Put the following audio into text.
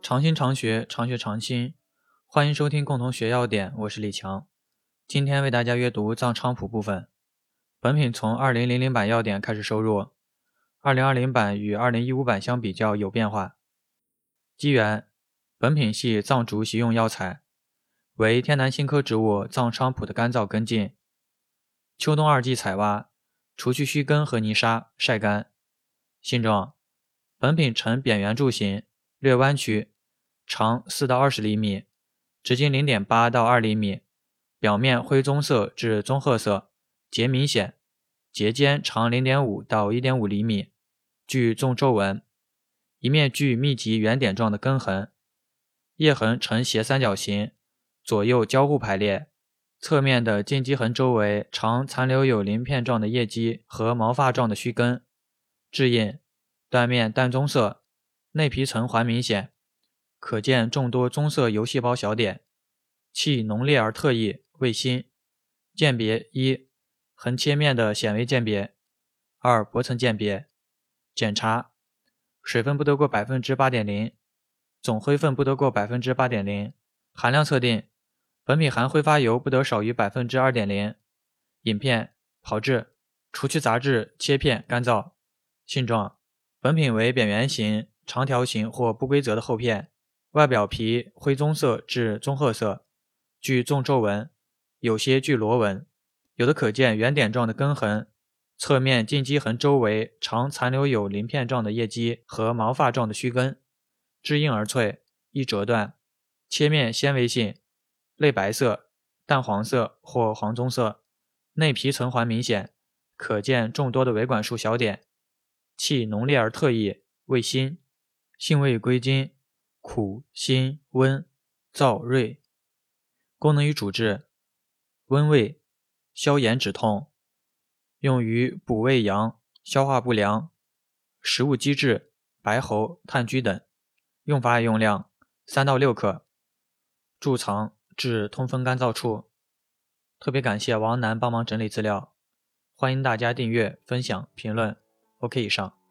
常新常学，常学常新。欢迎收听共同学要点，我是李强。今天为大家阅读藏菖蒲部分。本品从2000版要点开始收入，2020版与2015版相比较有变化。机缘：本品系藏竹习用药材，为天南星科植物藏菖蒲的干燥根茎。秋冬二季采挖，除去须根和泥沙，晒干。性状：本品呈扁圆柱形，略弯曲，长4到20厘米，直径0.8到2厘米，表面灰棕色至棕褐色，节明显，节间长0.5到1.5厘米，具纵皱纹，一面具密集圆点状的根痕，叶痕呈斜三角形，左右交互排列，侧面的茎基痕周围常残留有鳞片状的叶基和毛发状的须根。质印：断面淡棕色，内皮层环明显，可见众多棕色油细胞小点，气浓烈而特异，味辛。鉴别：一、横切面的显微鉴别；二、薄层鉴别。检查：水分不得过 8.0%， 总灰分不得过 8.0%。含量测定：本品含挥发油不得少于 2.0%。饮片：炮制，除去杂质，切片，干燥。性状：本品为扁圆形、长条形或不规则的厚片，外表皮灰棕色至棕褐色，具纵皱纹，有些具螺纹，有的可见圆点状的根痕，侧面茎基痕周围常残留有鳞片状的叶基和毛发状的须根。质硬而脆，易折断，切面纤维性，类白色、淡黄色或黄棕色，内皮层环明显，可见众多的维管束小点。气浓烈而特异，味辛。性味归经：苦、辛、温、燥、锐。功能与主治：温胃，消炎止痛，用于补胃阳、消化不良、食物积滞、白喉、炭疽等。用法与用量：3到6克，贮藏至通风干燥处。特别感谢王楠帮忙整理资料，欢迎大家订阅、分享、评论。OK 以上。